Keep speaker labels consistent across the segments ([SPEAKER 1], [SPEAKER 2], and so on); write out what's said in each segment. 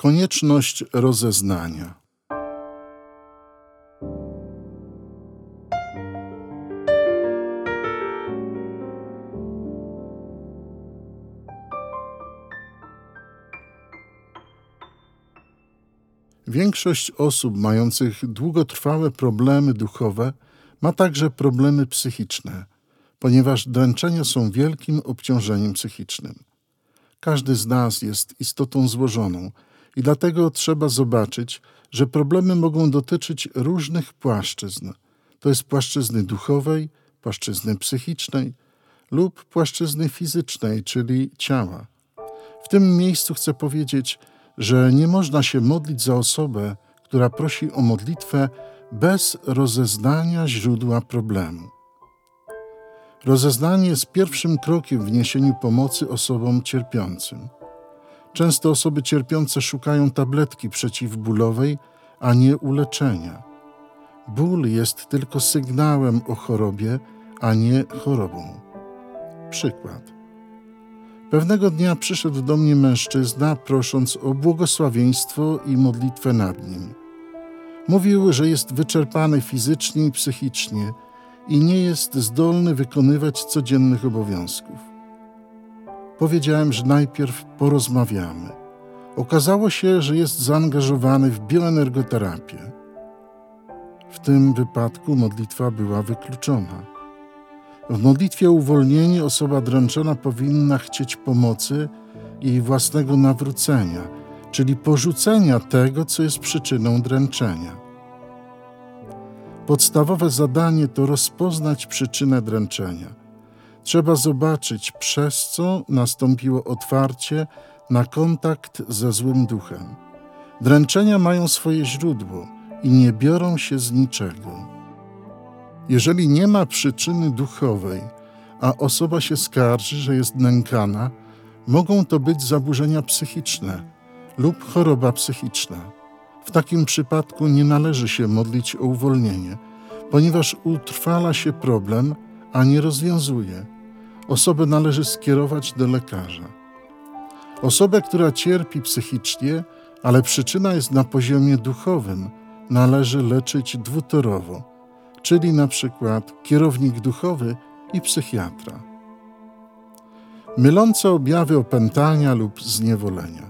[SPEAKER 1] Konieczność rozeznania. Większość osób mających długotrwałe problemy duchowe ma także problemy psychiczne, ponieważ dręczenia są wielkim obciążeniem psychicznym. Każdy z nas jest istotą złożoną i dlatego trzeba zobaczyć, że problemy mogą dotyczyć różnych płaszczyzn. To jest płaszczyzny duchowej, płaszczyzny psychicznej lub płaszczyzny fizycznej, czyli ciała. W tym miejscu chcę powiedzieć, że nie można się modlić za osobę, która prosi o modlitwę bez rozeznania źródła problemu. Rozeznanie jest pierwszym krokiem w niesieniu pomocy osobom cierpiącym. Często osoby cierpiące szukają tabletki przeciwbólowej, a nie uleczenia. Ból jest tylko sygnałem o chorobie, a nie chorobą. Przykład. Pewnego dnia przyszedł do mnie mężczyzna, prosząc o błogosławieństwo i modlitwę nad nim. Mówił, że jest wyczerpany fizycznie i psychicznie i nie jest zdolny wykonywać codziennych obowiązków. Powiedziałem, że najpierw porozmawiamy. Okazało się, że jest zaangażowany w bioenergoterapię. W tym wypadku modlitwa była wykluczona. W modlitwie o uwolnienie osoba dręczona powinna chcieć pomocy i własnego nawrócenia, czyli porzucenia tego, co jest przyczyną dręczenia. Podstawowe zadanie to rozpoznać przyczynę dręczenia. Trzeba zobaczyć, przez co nastąpiło otwarcie na kontakt ze złym duchem. Dręczenia mają swoje źródło i nie biorą się z niczego. Jeżeli nie ma przyczyny duchowej, a osoba się skarży, że jest nękana, mogą to być zaburzenia psychiczne lub choroba psychiczna. W takim przypadku nie należy się modlić o uwolnienie, ponieważ utrwala się problem, a nie rozwiązuje. Osobę należy skierować do lekarza. Osobę, która cierpi psychicznie, ale przyczyna jest na poziomie duchowym, należy leczyć dwutorowo, czyli na przykład kierownik duchowy i psychiatra. Mylące objawy opętania lub zniewolenia.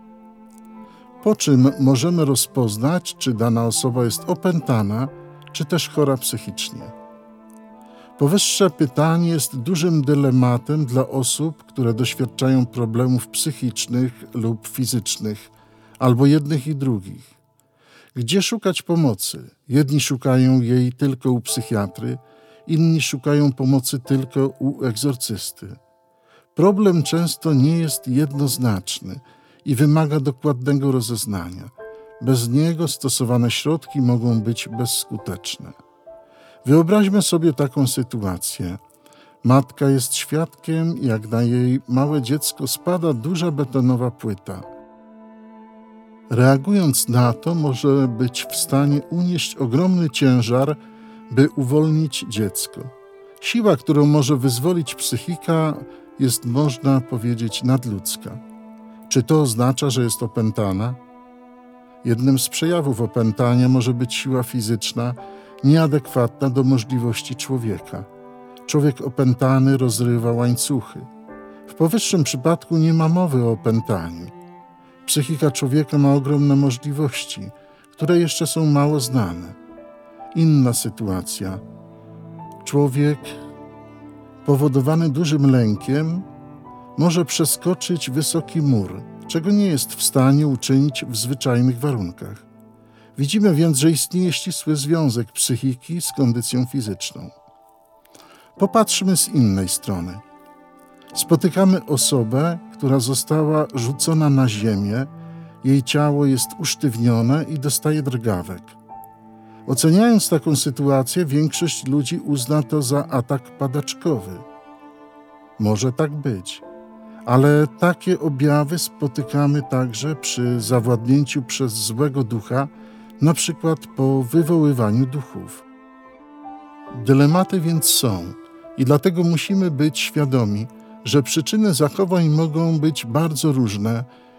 [SPEAKER 1] Po czym możemy rozpoznać, czy dana osoba jest opętana, czy też chora psychicznie? Powyższe pytanie jest dużym dylematem dla osób, które doświadczają problemów psychicznych lub fizycznych, albo jednych i drugich. Gdzie szukać pomocy? Jedni szukają jej tylko u psychiatry, inni szukają pomocy tylko u egzorcysty. Problem często nie jest jednoznaczny i wymaga dokładnego rozeznania. Bez niego stosowane środki mogą być bezskuteczne. Wyobraźmy sobie taką sytuację. Matka jest świadkiem, jak na jej małe dziecko spada duża betonowa płyta. Reagując na to, może być w stanie unieść ogromny ciężar, by uwolnić dziecko. Siła, którą może wyzwolić psychika, jest, można powiedzieć, nadludzka. Czy to oznacza, że jest opętana? Jednym z przejawów opętania może być siła fizyczna, nieadekwatna do możliwości człowieka. Człowiek opętany rozrywa łańcuchy. W powyższym przypadku nie ma mowy o opętaniu. Psychika człowieka ma ogromne możliwości, które jeszcze są mało znane. Inna sytuacja. Człowiek powodowany dużym lękiem może przeskoczyć wysoki mur, czego nie jest w stanie uczynić w zwyczajnych warunkach. Widzimy więc, że istnieje ścisły związek psychiki z kondycją fizyczną. Popatrzmy z innej strony. Spotykamy osobę, która została rzucona na ziemię, jej ciało jest usztywnione i dostaje drgawek. Oceniając taką sytuację, większość ludzi uzna to za atak padaczkowy. Może tak być, ale takie objawy spotykamy także przy zawładnięciu przez złego ducha, na przykład po wywoływaniu duchów. Dylematy więc są i dlatego musimy być świadomi, że przyczyny zachowań mogą być bardzo różne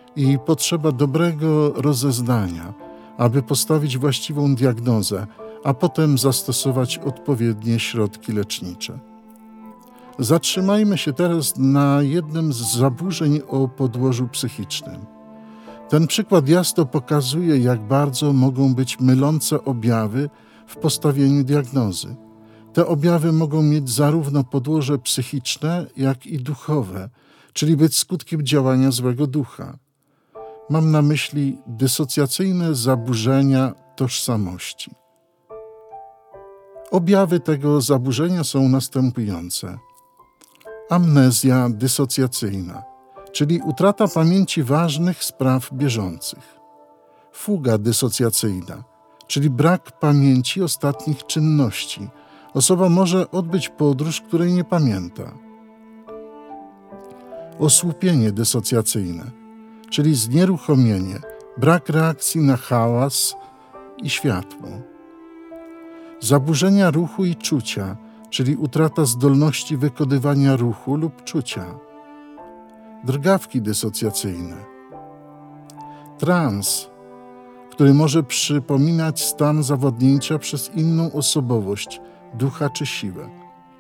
[SPEAKER 1] i potrzeba dobrego rozeznania, aby postawić właściwą diagnozę, a potem zastosować odpowiednie środki lecznicze. Zatrzymajmy się teraz na jednym z zaburzeń o podłożu psychicznym. Ten przykład jasno pokazuje, jak bardzo mogą być mylące objawy w postawieniu diagnozy. Te objawy mogą mieć zarówno podłoże psychiczne, jak i duchowe, czyli być skutkiem działania złego ducha. Mam na myśli dysocjacyjne zaburzenia tożsamości. Objawy tego zaburzenia są następujące. Amnezja dysocjacyjna, czyli utrata pamięci ważnych spraw bieżących. Fuga dysocjacyjna, czyli brak pamięci ostatnich czynności. Osoba może odbyć podróż, której nie pamięta. Osłupienie dysocjacyjne, czyli znieruchomienie, brak reakcji na hałas i światło. Zaburzenia ruchu i czucia, czyli utrata zdolności wykonywania ruchu lub czucia. Drgawki dysocjacyjne. Trans, który może przypominać stan zawodnięcia przez inną osobowość, ducha czy siłę.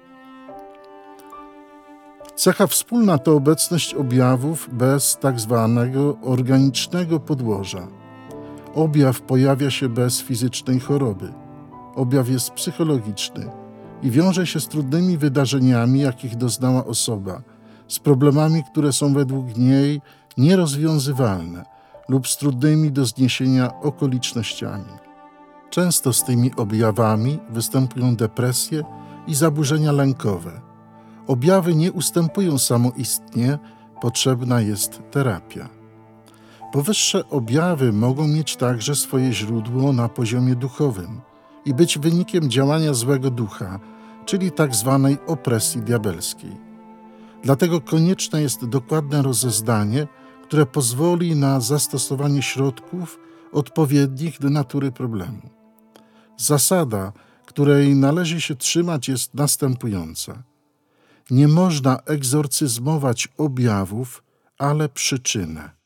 [SPEAKER 1] Cecha wspólna to obecność objawów bez tak zwanego organicznego podłoża. Objaw pojawia się bez fizycznej choroby. Objaw jest psychologiczny i wiąże się z trudnymi wydarzeniami, jakich doznała osoba, z problemami, które są według niej nierozwiązywalne lub z trudnymi do zniesienia okolicznościami. Często z tymi objawami występują depresje i zaburzenia lękowe. Objawy nie ustępują samoistnie, potrzebna jest terapia. Powyższe objawy mogą mieć także swoje źródło na poziomie duchowym i być wynikiem działania złego ducha, czyli tak zwanej opresji diabelskiej. Dlatego konieczne jest dokładne rozeznanie, które pozwoli na zastosowanie środków odpowiednich do natury problemu. Zasada, której należy się trzymać, jest następująca. Nie można egzorcyzmować objawów, ale przyczynę.